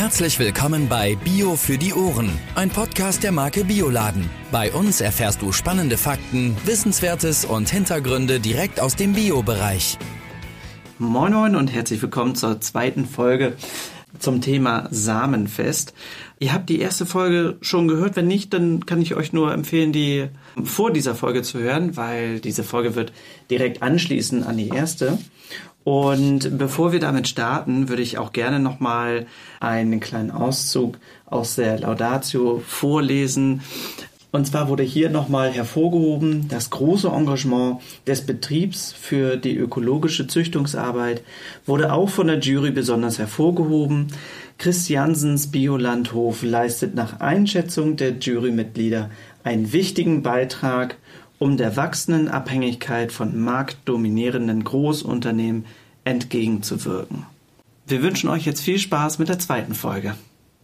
Herzlich willkommen bei Bio für die Ohren, ein Podcast der Marke Bioladen. Bei uns erfährst du spannende Fakten, Wissenswertes und Hintergründe direkt aus dem Bio-Bereich. Moin Moin und herzlich willkommen zur zweiten Folge zum Thema Samenfest. Ihr habt die erste Folge schon gehört, wenn nicht, dann kann ich euch nur empfehlen, die vor dieser Folge zu hören, weil diese Folge wird direkt anschließen an die erste. Und bevor wir damit starten, würde ich auch gerne nochmal einen kleinen Auszug aus der Laudatio vorlesen. Und zwar wurde hier nochmal hervorgehoben, das große Engagement des Betriebs für die ökologische Züchtungsarbeit wurde auch von der Jury besonders hervorgehoben. Christiansens Biolandhof leistet nach Einschätzung der Jurymitglieder einen wichtigen Beitrag, um der wachsenden Abhängigkeit von marktdominierenden Großunternehmen entgegenzuwirken. Wir wünschen euch jetzt viel Spaß mit der zweiten Folge.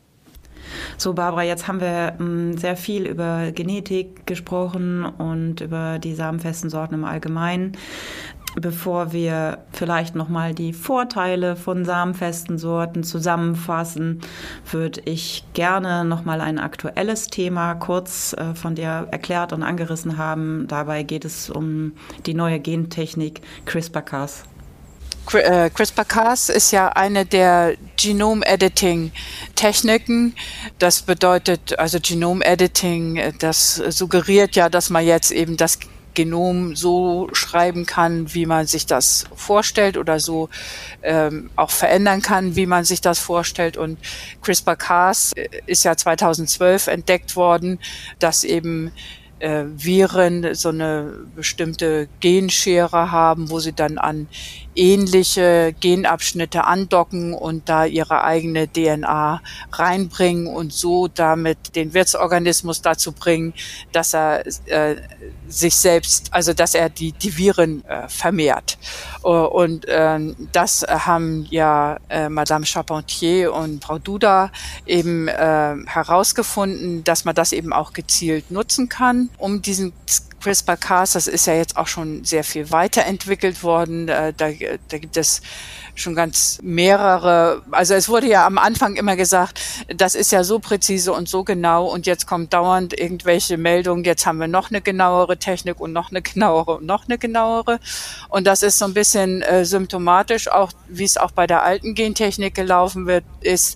So, Barbara, jetzt haben wir sehr viel über Genetik gesprochen und über die samenfesten Sorten im Allgemeinen. Bevor wir vielleicht nochmal die Vorteile von samenfesten Sorten zusammenfassen, würde ich gerne nochmal ein aktuelles Thema kurz von dir erklärt und angerissen haben. Dabei geht es um die neue Gentechnik CRISPR-Cas. CRISPR-Cas ist ja eine der Genome-Editing-Techniken. Das bedeutet, also Genome-Editing, das suggeriert ja, dass man jetzt eben das Genom so schreiben kann, wie man sich das vorstellt oder so auch verändern kann, wie man sich das vorstellt. Und CRISPR-Cas ist ja 2012 entdeckt worden, dass eben Viren so eine bestimmte Genschere haben, wo sie dann an ähnliche Genabschnitte andocken und da ihre eigene DNA reinbringen und so damit den Wirtsorganismus dazu bringen, dass er sich selbst, also dass er die Viren vermehrt. Und das haben ja Madame Charpentier und Frau Duda eben herausgefunden, dass man das eben auch gezielt nutzen kann, um diesen CRISPR-Cas, das ist ja jetzt auch schon sehr viel weiterentwickelt worden. Da gibt es schon ganz mehrere, also es wurde ja am Anfang immer gesagt, das ist ja so präzise und so genau und jetzt kommt dauernd irgendwelche Meldungen, jetzt haben wir noch eine genauere Technik und noch eine genauere und noch eine genauere. Und das ist so ein bisschen symptomatisch, auch wie es auch bei der alten Gentechnik gelaufen wird, ist,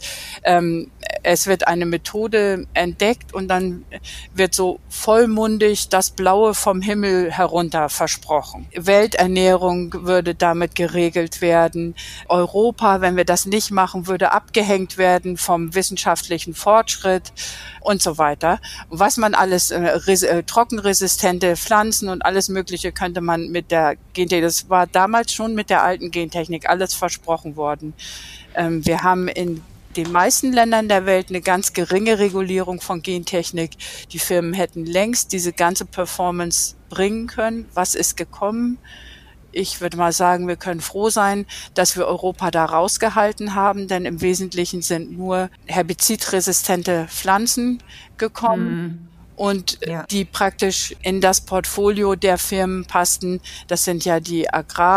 es wird eine Methode entdeckt und dann wird so vollmundig das Blaue vom Himmel herunter versprochen. Welternährung würde damit geregelt werden. Europa, wenn wir das nicht machen, würde abgehängt werden vom wissenschaftlichen Fortschritt und so weiter. Was man alles, trockenresistente Pflanzen und alles Mögliche könnte man mit der Gentechnik, das war damals schon mit der alten Gentechnik alles versprochen worden. Wir haben in den meisten Ländern der Welt eine ganz geringe Regulierung von Gentechnik. Die Firmen hätten längst diese ganze Performance bringen können. Was ist gekommen? Ich würde mal sagen, wir können froh sein, dass wir Europa da rausgehalten haben, denn im Wesentlichen sind nur herbizidresistente Pflanzen gekommen. Und die praktisch in das Portfolio der Firmen passten. Das sind ja die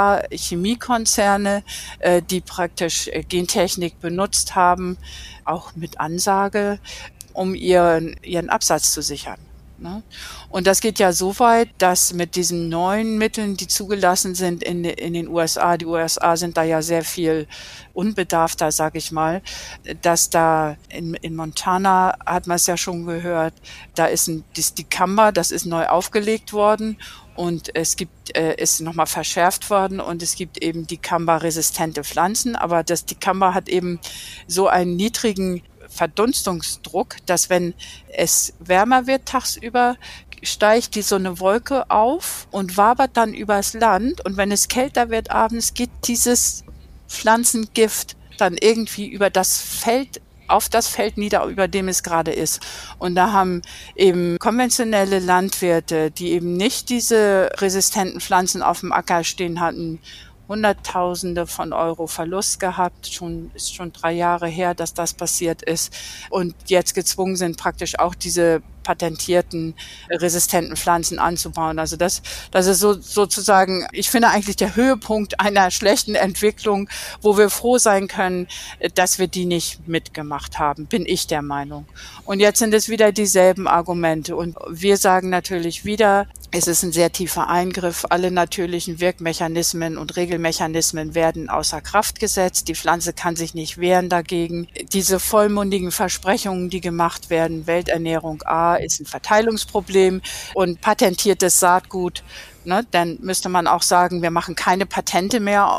Agrarchemiekonzerne, die praktisch Gentechnik benutzt haben, auch mit Ansage, um ihren Absatz zu sichern. Ne? Und das geht ja so weit, dass mit diesen neuen Mitteln, die zugelassen sind in den USA, die USA sind da ja sehr viel unbedarfter, sag ich mal, dass da in Montana, hat man es ja schon gehört, da ist das Dicamba, das ist neu aufgelegt worden und es ist nochmal verschärft worden und es gibt eben Dicamba-resistente Pflanzen, aber das Dicamba hat eben so einen niedrigen Verdunstungsdruck, dass wenn es wärmer wird tagsüber, steigt so eine Wolke auf und wabert dann übers Land und wenn es kälter wird abends, geht dieses Pflanzengift dann irgendwie über das Feld, auf das Feld nieder, über dem es gerade ist. Und da haben eben konventionelle Landwirte, die eben nicht diese resistenten Pflanzen auf dem Acker stehen hatten, Hunderttausende von Euro Verlust gehabt. Ist schon 3 Jahre her, dass das passiert ist. Und jetzt gezwungen sind, praktisch auch diese patentierten resistenten Pflanzen anzubauen. Also das ist sozusagen, ich finde eigentlich der Höhepunkt einer schlechten Entwicklung, wo wir froh sein können, dass wir die nicht mitgemacht haben, bin ich der Meinung. Und jetzt sind es wieder dieselben Argumente. Und wir sagen natürlich wieder, es ist ein sehr tiefer Eingriff. Alle natürlichen Wirkmechanismen und Regelmechanismen werden außer Kraft gesetzt. Die Pflanze kann sich nicht wehren dagegen. Diese vollmundigen Versprechungen, die gemacht werden, Welternährung A ist ein Verteilungsproblem und patentiertes Saatgut, dann müsste man auch sagen, wir machen keine Patente mehr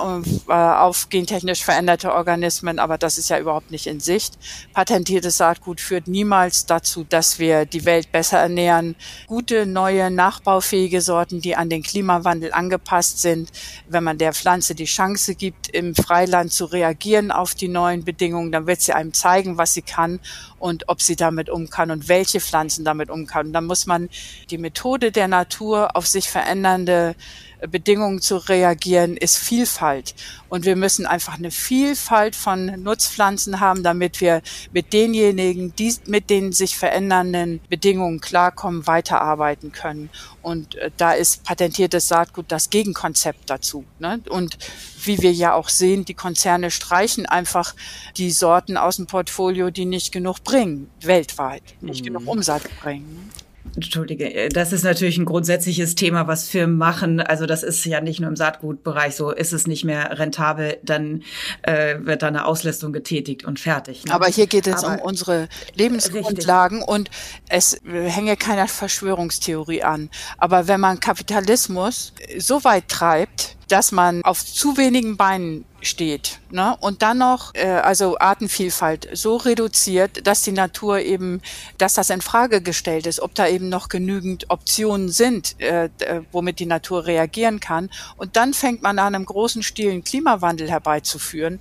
auf gentechnisch veränderte Organismen, aber das ist ja überhaupt nicht in Sicht. Patentiertes Saatgut führt niemals dazu, dass wir die Welt besser ernähren. Gute, neue, nachbaufähige Sorten, die an den Klimawandel angepasst sind, wenn man der Pflanze die Chance gibt, im Freiland zu reagieren auf die neuen Bedingungen, dann wird sie einem zeigen, was sie kann und ob sie damit umkann und welche Pflanzen damit umkann. Dann muss man die Methode der Natur auf sich verändernde Bedingungen zu reagieren, ist Vielfalt. Und wir müssen einfach eine Vielfalt von Nutzpflanzen haben, damit wir mit denjenigen, die mit den sich verändernden Bedingungen klarkommen, weiterarbeiten können. Und da ist patentiertes Saatgut das Gegenkonzept dazu. Und wie wir ja auch sehen, die Konzerne streichen einfach die Sorten aus dem Portfolio, die nicht genug bringen, weltweit, nicht genug Umsatz bringen. Entschuldige, das ist natürlich ein grundsätzliches Thema, was Firmen machen. Also das ist ja nicht nur im Saatgutbereich so, ist es nicht mehr rentabel, dann wird da eine Auslastung getätigt und fertig. Ne? Aber hier geht es um unsere Lebensgrundlagen und es hänge keiner Verschwörungstheorie an. Aber wenn man Kapitalismus so weit treibt, dass man auf zu wenigen Beinen steht, und dann noch also Artenvielfalt so reduziert, dass die Natur eben, dass das in Frage gestellt ist, ob da eben noch genügend Optionen sind, womit die Natur reagieren kann. Und dann fängt man an, im großen Stil einen Klimawandel herbeizuführen.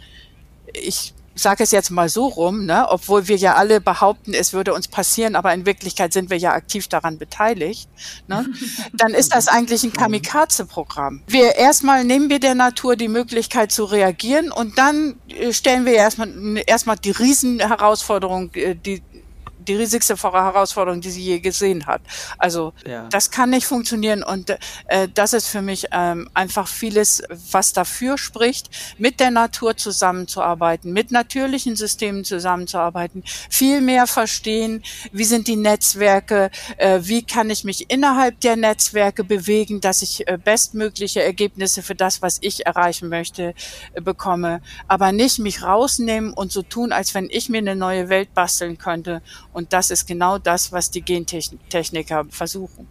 Ich sage es jetzt mal so rum, obwohl wir ja alle behaupten, es würde uns passieren, aber in Wirklichkeit sind wir ja aktiv daran beteiligt, dann ist das eigentlich ein Kamikaze-Programm. Erstmal nehmen wir der Natur die Möglichkeit zu reagieren und dann stellen wir erstmal die Riesenherausforderung, die riesigste Herausforderung, die sie je gesehen hat. Also Das kann nicht funktionieren und das ist für mich einfach vieles, was dafür spricht, mit der Natur zusammenzuarbeiten, mit natürlichen Systemen zusammenzuarbeiten, viel mehr verstehen, wie sind die Netzwerke, wie kann ich mich innerhalb der Netzwerke bewegen, dass ich bestmögliche Ergebnisse für das, was ich erreichen möchte, bekomme, aber nicht mich rausnehmen und so tun, als wenn ich mir eine neue Welt basteln könnte. Und das ist genau das, was die Gentechniker versuchen.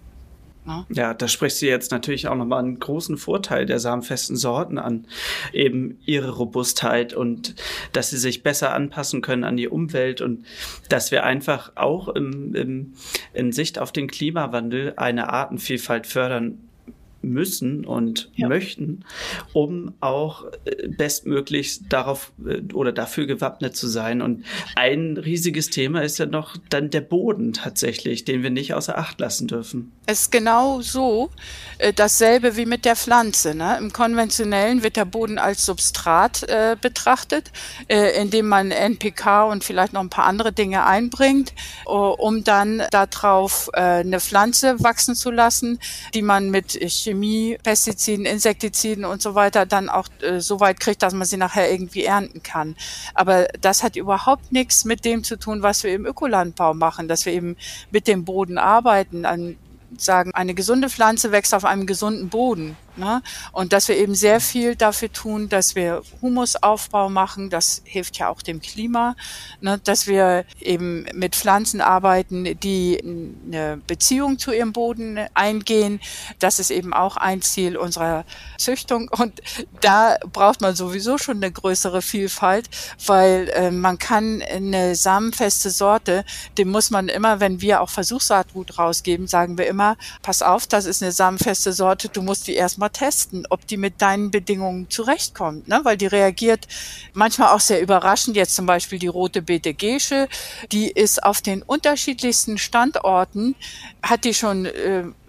Ja, da sprichst du jetzt natürlich auch nochmal einen großen Vorteil der samenfesten Sorten an, eben ihre Robustheit und dass sie sich besser anpassen können an die Umwelt und dass wir einfach auch in Sicht auf den Klimawandel eine Artenvielfalt fördern müssen und möchten, um auch bestmöglichst darauf oder dafür gewappnet zu sein. Und ein riesiges Thema ist ja noch dann der Boden tatsächlich, den wir nicht außer Acht lassen dürfen. Es ist genau so dasselbe wie mit der Pflanze. Im Konventionellen wird der Boden als Substrat betrachtet, indem man NPK und vielleicht noch ein paar andere Dinge einbringt, um dann darauf eine Pflanze wachsen zu lassen, die man mit Chemie, Pestiziden, Insektiziden und so weiter dann auch so weit kriegt, dass man sie nachher irgendwie ernten kann. Aber das hat überhaupt nichts mit dem zu tun, was wir im Ökolandbau machen, dass wir eben mit dem Boden arbeiten, sagen, eine gesunde Pflanze wächst auf einem gesunden Boden. Und dass wir eben sehr viel dafür tun, dass wir Humusaufbau machen, das hilft ja auch dem Klima, dass wir eben mit Pflanzen arbeiten, die eine Beziehung zu ihrem Boden eingehen. Das ist eben auch ein Ziel unserer Züchtung und da braucht man sowieso schon eine größere Vielfalt, weil man kann eine samenfeste Sorte, dem muss man immer, wenn wir auch Versuchssaatgut rausgeben, sagen wir immer, pass auf, das ist eine samenfeste Sorte, du musst die erstmal testen, ob die mit deinen Bedingungen zurechtkommt, weil die reagiert manchmal auch sehr überraschend. Jetzt zum Beispiel die rote Beete Gesche, die ist auf den unterschiedlichsten Standorten, hat die schon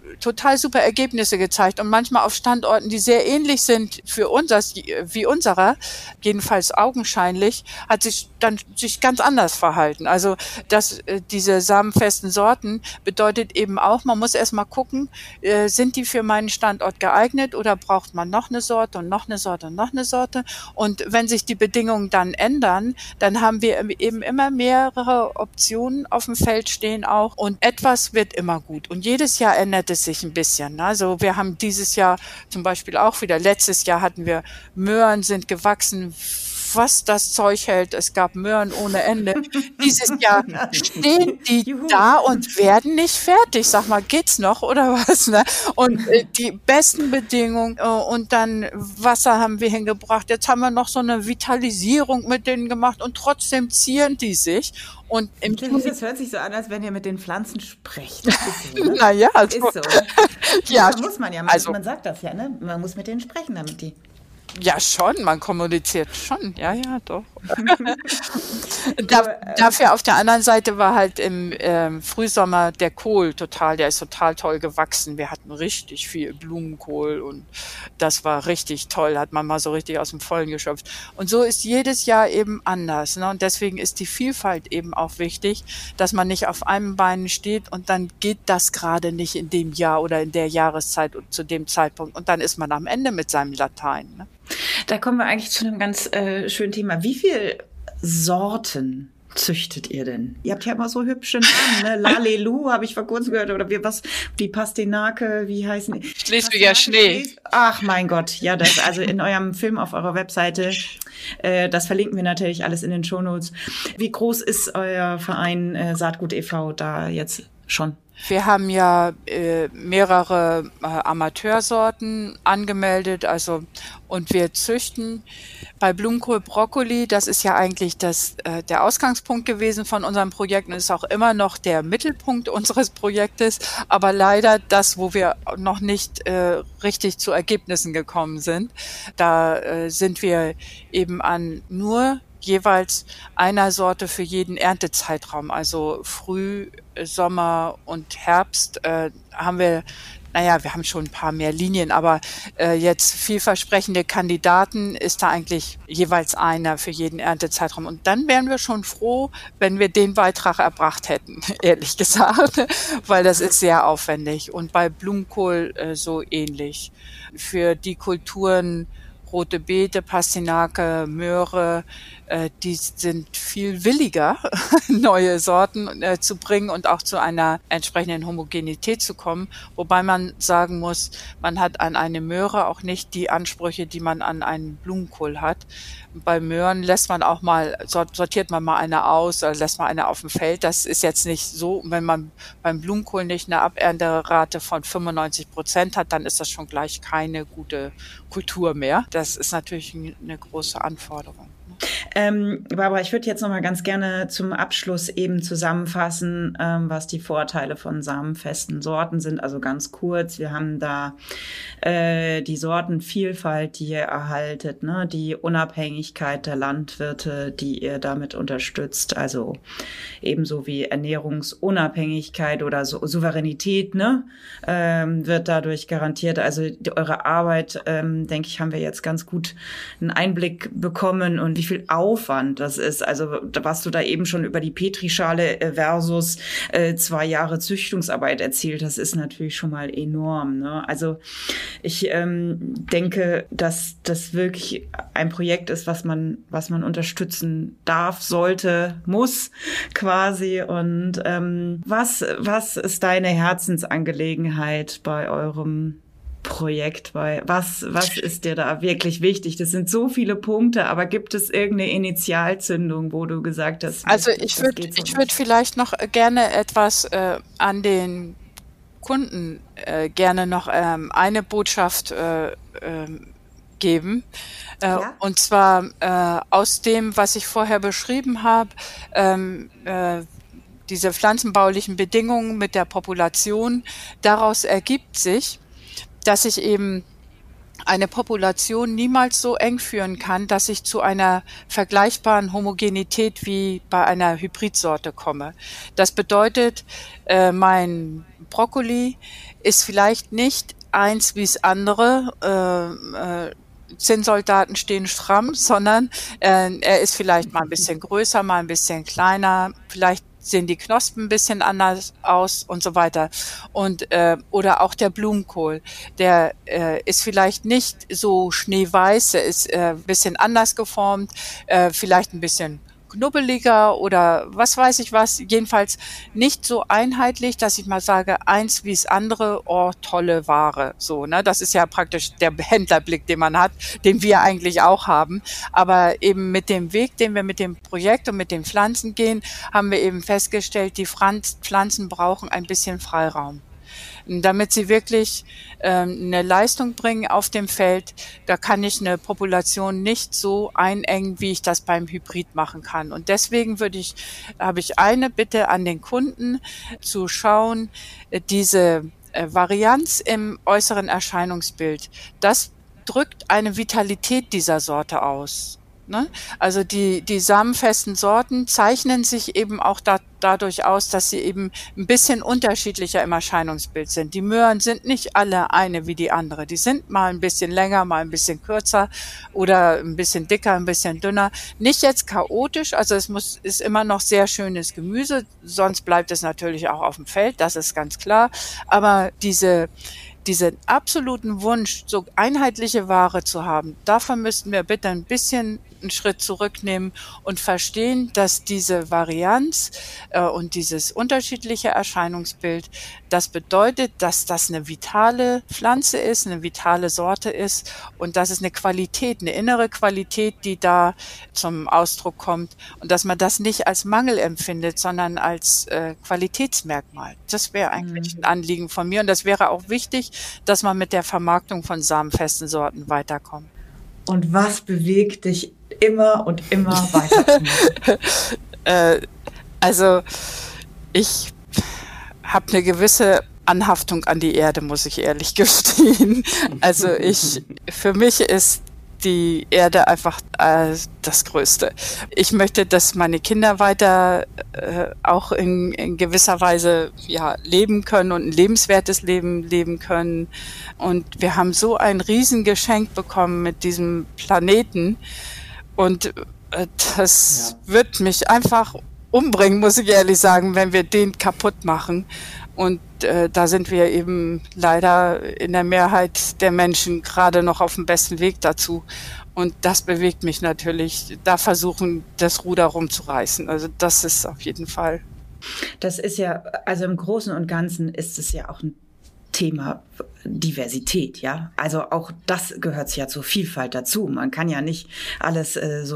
total super Ergebnisse gezeigt und manchmal auf Standorten, die sehr ähnlich sind für uns wie unserer, jedenfalls augenscheinlich, hat sich ganz anders verhalten. Also diese samenfesten Sorten bedeutet eben auch, man muss erst mal gucken, sind die für meinen Standort geeignet oder braucht man noch eine Sorte und noch eine Sorte und noch eine Sorte? Und wenn sich die Bedingungen dann ändern, dann haben wir eben immer mehrere Optionen auf dem Feld stehen auch und etwas wird immer gut. Und jedes Jahr ändert es sich ein bisschen. Also wir haben dieses Jahr zum Beispiel auch wieder, letztes Jahr hatten wir Möhren sind gewachsen, was das Zeug hält. Es gab Möhren ohne Ende. Dieses Jahr stehen die da und werden nicht fertig. Sag mal, geht's noch oder was? Ne? Und die besten Bedingungen und dann Wasser haben wir hingebracht. Jetzt haben wir noch so eine Vitalisierung mit denen gemacht und trotzdem zieren die sich. Und das hört sich so an, als wenn ihr mit den Pflanzen sprecht. Ist so, ne? Naja, also, ist so. Ja, da muss man ja, man sagt das ja, ne? Man muss mit denen sprechen, damit die. Ja, schon, man kommuniziert schon, ja, doch. Dafür auf der anderen Seite war halt im Frühsommer der Kohl der ist total toll gewachsen. Wir hatten richtig viel Blumenkohl und das war richtig toll, hat man mal so richtig aus dem Vollen geschöpft. Und so ist jedes Jahr eben anders, ne? Und deswegen ist die Vielfalt eben auch wichtig, dass man nicht auf einem Bein steht und dann geht das gerade nicht in dem Jahr oder in der Jahreszeit und zu dem Zeitpunkt und dann ist man am Ende mit seinem Latein, ne? Da kommen wir eigentlich zu einem ganz schönen Thema. Wie viele Sorten züchtet ihr denn? Ihr habt ja immer so hübsche Namen, ne? Lalelu habe ich vor kurzem gehört oder die Pastinake, wie heißen die? Schleswiger Schnee. Ach mein Gott, ja, das also in eurem Film auf eurer Webseite, das verlinken wir natürlich alles in den Shownotes. Wie groß ist euer Verein Saatgut e.V. da jetzt schon? Wir haben ja mehrere Amateursorten angemeldet, und wir züchten bei Blumenkohl Brokkoli. Das ist ja eigentlich der Ausgangspunkt gewesen von unserem Projekt und ist auch immer noch der Mittelpunkt unseres Projektes, aber leider das, wo wir noch nicht richtig zu Ergebnissen gekommen sind. Da sind wir eben an nur jeweils einer Sorte für jeden Erntezeitraum, also Früh, Sommer und Herbst haben wir haben schon ein paar mehr Linien, aber jetzt vielversprechende Kandidaten ist da eigentlich jeweils einer für jeden Erntezeitraum. Und dann wären wir schon froh, wenn wir den Beitrag erbracht hätten, ehrlich gesagt, weil das ist sehr aufwendig. Und bei Blumenkohl so ähnlich. Für die Kulturen Rote Beete, Pastinake, Möhre, die sind viel williger, neue Sorten zu bringen und auch zu einer entsprechenden Homogenität zu kommen. Wobei man sagen muss, man hat an eine Möhre auch nicht die Ansprüche, die man an einen Blumenkohl hat. Bei Möhren sortiert man mal eine aus oder lässt mal eine auf dem Feld. Das ist jetzt nicht so, wenn man beim Blumenkohl nicht eine Abernterate von 95% hat, dann ist das schon gleich keine gute Kultur mehr. Das ist natürlich eine große Anforderung. Barbara, ich würde jetzt noch mal ganz gerne zum Abschluss eben zusammenfassen, was die Vorteile von samenfesten Sorten sind. Also ganz kurz, wir haben da die Sortenvielfalt, die ihr erhaltet, ne? Die Unabhängigkeit der Landwirte, die ihr damit unterstützt, also ebenso wie Ernährungsunabhängigkeit oder Souveränität, ne? Wird dadurch garantiert. Also eure Arbeit, denke ich, haben wir jetzt ganz gut einen Einblick bekommen und wie viel Aufwand das ist. Also was du da eben schon über die Petrischale versus 2 Jahre Züchtungsarbeit erzählt, das ist natürlich schon mal enorm, ne? Also ich denke, dass das wirklich ein Projekt ist, was man unterstützen darf, sollte, muss quasi. Und was ist deine Herzensangelegenheit bei eurem Projekt? Was ist dir da wirklich wichtig? Das sind so viele Punkte, aber gibt es irgendeine Initialzündung, wo du gesagt hast? Also ich würde vielleicht noch gerne etwas an den Kunden gerne noch eine Botschaft geben. Ja? Und zwar aus dem, was ich vorher beschrieben habe, diese pflanzenbaulichen Bedingungen mit der Population, daraus ergibt sich, dass ich eben eine Population niemals so eng führen kann, dass ich zu einer vergleichbaren Homogenität wie bei einer Hybridsorte komme. Das bedeutet, mein Brokkoli ist vielleicht nicht eins wie das andere, Zinnsoldaten stehen stramm, sondern er ist vielleicht mal ein bisschen größer, mal ein bisschen kleiner, vielleicht sehen die Knospen ein bisschen anders aus und so weiter. Und oder auch der Blumenkohl, der ist vielleicht nicht so schneeweiß, der ist ein bisschen anders geformt, vielleicht ein bisschen knubbeliger oder was weiß ich was, jedenfalls nicht so einheitlich, dass ich mal sage, eins wie das andere, oh, tolle Ware, so, ne, das ist ja praktisch der Händlerblick, den man hat, den wir eigentlich auch haben, aber eben mit dem Weg, den wir mit dem Projekt und mit den Pflanzen gehen, haben wir eben festgestellt, die Pflanzen brauchen ein bisschen Freiraum. Damit sie wirklich eine Leistung bringen auf dem Feld, da kann ich eine Population nicht so einengen, wie ich das beim Hybrid machen kann. Und deswegen habe ich eine Bitte an den Kunden zu schauen, diese Varianz im äußeren Erscheinungsbild, das drückt eine Vitalität dieser Sorte aus. Ne? Also die samenfesten Sorten zeichnen sich eben auch dadurch aus, dass sie eben ein bisschen unterschiedlicher im Erscheinungsbild sind. Die Möhren sind nicht alle eine wie die andere. Die sind mal ein bisschen länger, mal ein bisschen kürzer oder ein bisschen dicker, ein bisschen dünner. Nicht jetzt chaotisch, also ist immer noch sehr schönes Gemüse, sonst bleibt es natürlich auch auf dem Feld, das ist ganz klar. Aber diesen absoluten Wunsch, so einheitliche Ware zu haben, davon müssten wir bitte ein bisschen einen Schritt zurücknehmen und verstehen, dass diese Varianz und dieses unterschiedliche Erscheinungsbild, das bedeutet, dass das eine vitale Pflanze ist, eine vitale Sorte ist und dass es eine Qualität, eine innere Qualität, die da zum Ausdruck kommt und dass man das nicht als Mangel empfindet, sondern als Qualitätsmerkmal. Das wäre eigentlich ein Anliegen von mir und das wäre auch wichtig, dass man mit der Vermarktung von samenfesten Sorten weiterkommt. Und was bewegt dich immer und immer weiter zu machen? Also ich habe eine gewisse Anhaftung an die Erde, muss ich ehrlich gestehen. Also für mich ist die Erde einfach das Größte. Ich möchte, dass meine Kinder weiter auch in gewisser Weise leben können und ein lebenswertes Leben leben können. Und wir haben so ein Riesengeschenk bekommen mit diesem Planeten. Und das wird mich einfach umbringen, muss ich ehrlich sagen, wenn wir den kaputt machen. Und da sind wir eben leider in der Mehrheit der Menschen gerade noch auf dem besten Weg dazu. Und das bewegt mich natürlich, da versuchen, das Ruder rumzureißen. Also das ist auf jeden Fall. Das ist ja, also im Großen und Ganzen ist es ja auch ein Thema Diversität, ja. Also auch das gehört ja zur Vielfalt dazu. Man kann ja nicht alles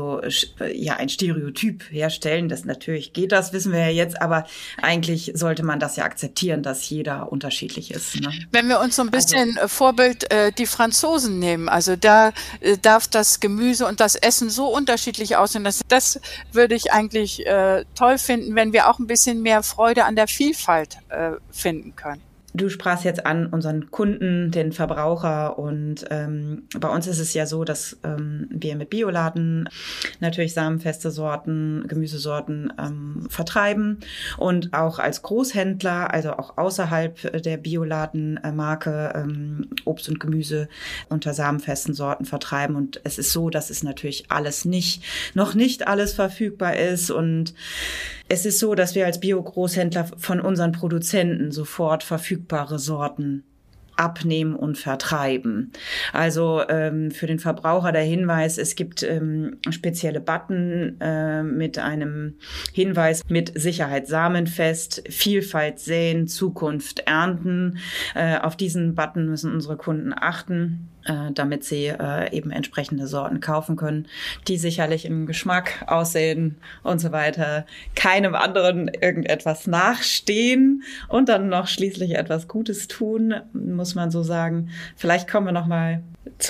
ein Stereotyp herstellen. Das natürlich geht, das wissen wir ja jetzt, aber eigentlich sollte man das ja akzeptieren, dass jeder unterschiedlich ist. Ne? Wenn wir uns so ein bisschen Vorbild die Franzosen nehmen, also da darf das Gemüse und das Essen so unterschiedlich aussehen. Das würde ich eigentlich toll finden, wenn wir auch ein bisschen mehr Freude an der Vielfalt finden können. Du sprachst jetzt an unseren Kunden, den Verbraucher und bei uns ist es ja so, dass wir mit Bioladen natürlich samenfeste Sorten, Gemüsesorten vertreiben und auch als Großhändler, also auch außerhalb der Bioladen-Marke Obst und Gemüse unter samenfesten Sorten vertreiben und es ist so, dass es natürlich noch nicht alles verfügbar ist und es ist so, dass wir als Bio-Großhändler von unseren Produzenten sofort verfügbare Sorten abnehmen und vertreiben. Also für den Verbraucher der Hinweis, es gibt spezielle Button mit einem Hinweis mit Sicherheit samenfest, Vielfalt säen, Zukunft ernten. Auf diesen Button müssen unsere Kunden achten, damit sie eben entsprechende Sorten kaufen können, die sicherlich im Geschmack, Aussehen und so weiter keinem anderen irgendetwas nachstehen und dann noch schließlich etwas Gutes tun, muss man so sagen. Vielleicht kommen wir noch mal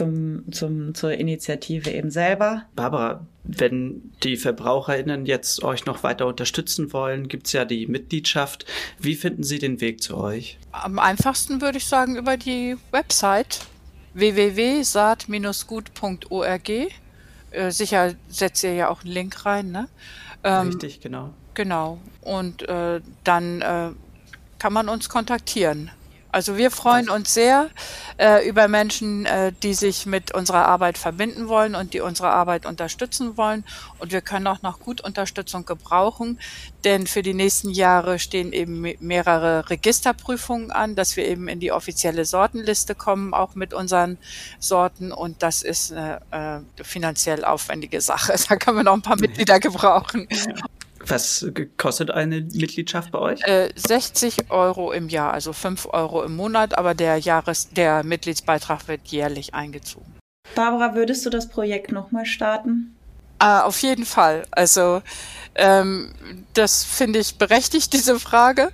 zur Initiative eben selber. Barbara, wenn die VerbraucherInnen jetzt euch noch weiter unterstützen wollen, gibt's ja die Mitgliedschaft. Wie finden sie den Weg zu euch? Am einfachsten würde ich sagen über die Website www.saat-gut.org. Sicher setzt ihr ja auch einen Link rein, ne? Richtig, genau. Genau. Und dann kann man uns kontaktieren. Also wir freuen uns sehr über Menschen, die sich mit unserer Arbeit verbinden wollen und die unsere Arbeit unterstützen wollen. Und wir können auch noch gut Unterstützung gebrauchen, denn für die nächsten Jahre stehen eben mehrere Registerprüfungen an, dass wir eben in die offizielle Sortenliste kommen, auch mit unseren Sorten. Und das ist eine finanziell aufwendige Sache. Da können wir noch ein paar Mitglieder gebrauchen. Was kostet eine Mitgliedschaft bei euch? 60 € im Jahr, also 5 € im Monat, aber der Mitgliedsbeitrag wird jährlich eingezogen. Barbara, würdest du das Projekt nochmal starten? Auf jeden Fall. Also das finde ich berechtigt, diese Frage.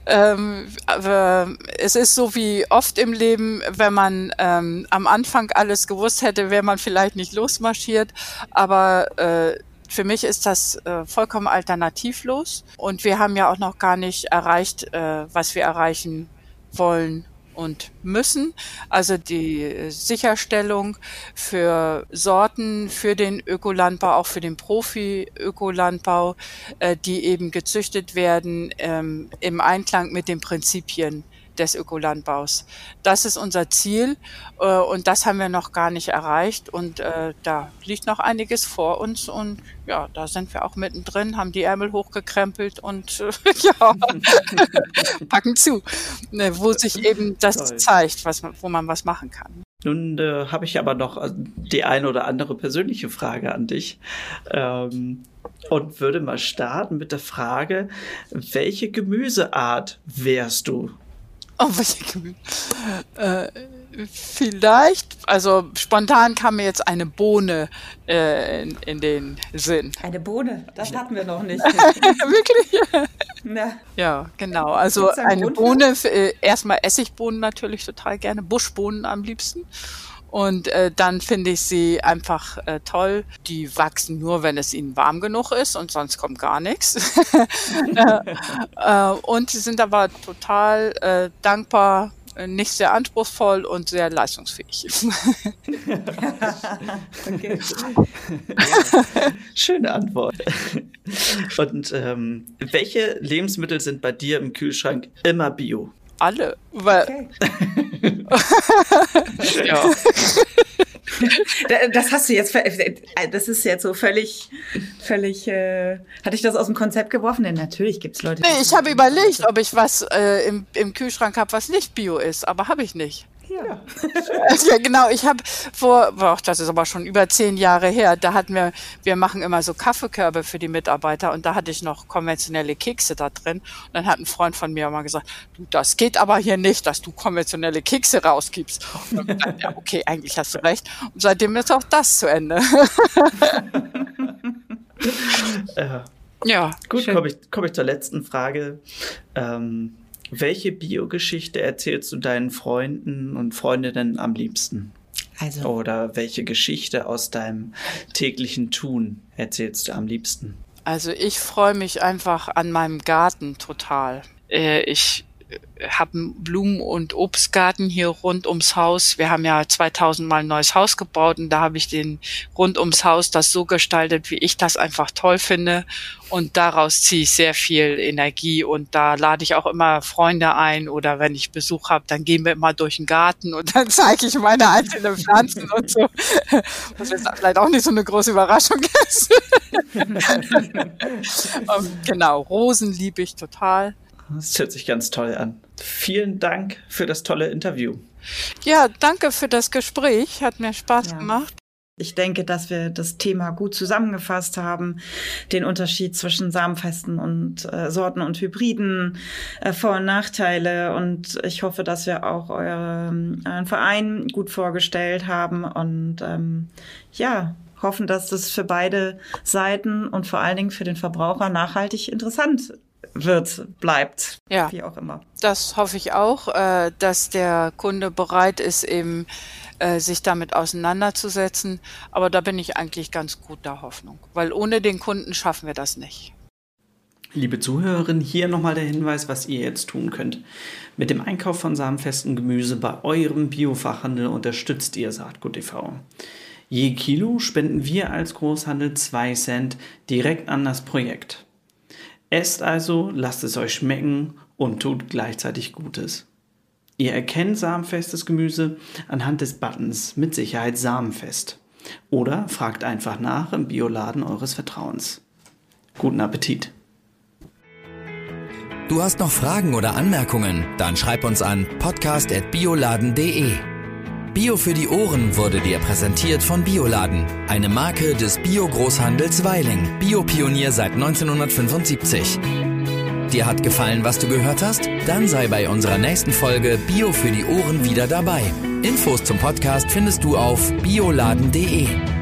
Es ist so wie oft im Leben, wenn man am Anfang alles gewusst hätte, wäre man vielleicht nicht losmarschiert, aber für mich ist das vollkommen alternativlos und wir haben ja auch noch gar nicht erreicht, was wir erreichen wollen und müssen. Also die Sicherstellung für Sorten, für den Ökolandbau, auch für den Profi-Ökolandbau, die eben gezüchtet werden im Einklang mit den Prinzipien des Ökolandbaus. Das ist unser Ziel und das haben wir noch gar nicht erreicht und da liegt noch einiges vor uns und ja, da sind wir auch mittendrin, haben die Ärmel hochgekrempelt und ja, packen zu, wo sich eben das zeigt, wo man was machen kann. Nun habe ich aber noch die eine oder andere persönliche Frage an dich und würde mal starten mit der Frage, welche Gemüseart wärst du? Oh, welche Gemüse? Vielleicht, also spontan kam mir jetzt eine Bohne in den Sinn. Eine Bohne? Das hatten wir noch nicht. Wirklich? Ja. Ja, genau. Also eine Bohne, erstmal Essigbohnen natürlich total gerne, Buschbohnen am liebsten. Und dann finde ich sie einfach toll. Die wachsen nur, wenn es ihnen warm genug ist und sonst kommt gar nichts. Und sie sind aber total dankbar, nicht sehr anspruchsvoll und sehr leistungsfähig. Okay. Schöne Antwort. Und welche Lebensmittel sind bei dir im Kühlschrank immer bio? Alle, weil ja. Das hast du jetzt, das ist jetzt so völlig, hatte ich das aus dem Konzept geworfen? Denn natürlich gibt's Leute. Nee, ich habe überlegt, ob ich was im Kühlschrank habe, was nicht bio ist, aber habe ich nicht. Ja. Ja, genau, ich habe das ist aber schon über 10 Jahre her, wir machen immer so Kaffeekörbe für die Mitarbeiter und da hatte ich noch konventionelle Kekse da drin. Und dann hat ein Freund von mir mal gesagt, du, das geht aber hier nicht, dass du konventionelle Kekse rausgibst. Und dann dachte ich, ja, okay, eigentlich hast du recht. Und seitdem ist auch das zu Ende. Ja. Gut, komme ich zur letzten Frage. Welche Biogeschichte erzählst du deinen Freunden und Freundinnen am liebsten? Oder welche Geschichte aus deinem täglichen Tun erzählst du am liebsten? Also ich freue mich einfach an meinem Garten total. Ich habe einen Blumen- und Obstgarten hier rund ums Haus. Wir haben ja 2000 mal ein neues Haus gebaut und da habe ich den rund ums Haus das so gestaltet, wie ich das einfach toll finde. Und daraus ziehe ich sehr viel Energie und da lade ich auch immer Freunde ein oder wenn ich Besuch habe, dann gehen wir immer durch den Garten und dann zeige ich meine einzelnen Pflanzen und so. Was jetzt vielleicht auch nicht so eine große Überraschung ist. Genau, Rosen liebe ich total. Das hört sich ganz toll an. Vielen Dank für das tolle Interview. Ja, danke für das Gespräch. Hat mir Spaß gemacht. Ich denke, dass wir das Thema gut zusammengefasst haben. Den Unterschied zwischen samenfesten und Sorten und Hybriden, Vor- und Nachteile. Und ich hoffe, dass wir auch euren Verein gut vorgestellt haben und hoffen, dass das für beide Seiten und vor allen Dingen für den Verbraucher nachhaltig interessant bleibt, ja, wie auch immer. Das hoffe ich auch, dass der Kunde bereit ist, eben sich damit auseinanderzusetzen. Aber da bin ich eigentlich ganz guter Hoffnung, weil ohne den Kunden schaffen wir das nicht. Liebe Zuhörerinnen, hier nochmal der Hinweis, was ihr jetzt tun könnt. Mit dem Einkauf von samenfestem Gemüse bei eurem Biofachhandel unterstützt ihr Saatgut e.V. Je Kilo spenden wir als Großhandel 2 Cent direkt an das Projekt. Esst also, lasst es euch schmecken und tut gleichzeitig Gutes. Ihr erkennt samenfestes Gemüse anhand des Buttons mit Sicherheit samenfest. Oder fragt einfach nach im Bioladen eures Vertrauens. Guten Appetit! Du hast noch Fragen oder Anmerkungen? Dann schreib uns an podcast@bioladen.de. Bio für die Ohren wurde dir präsentiert von Bioladen, eine Marke des Bio-Großhandels Weiling, Biopionier seit 1975. Dir hat gefallen, was du gehört hast? Dann sei bei unserer nächsten Folge Bio für die Ohren wieder dabei. Infos zum Podcast findest du auf bioladen.de.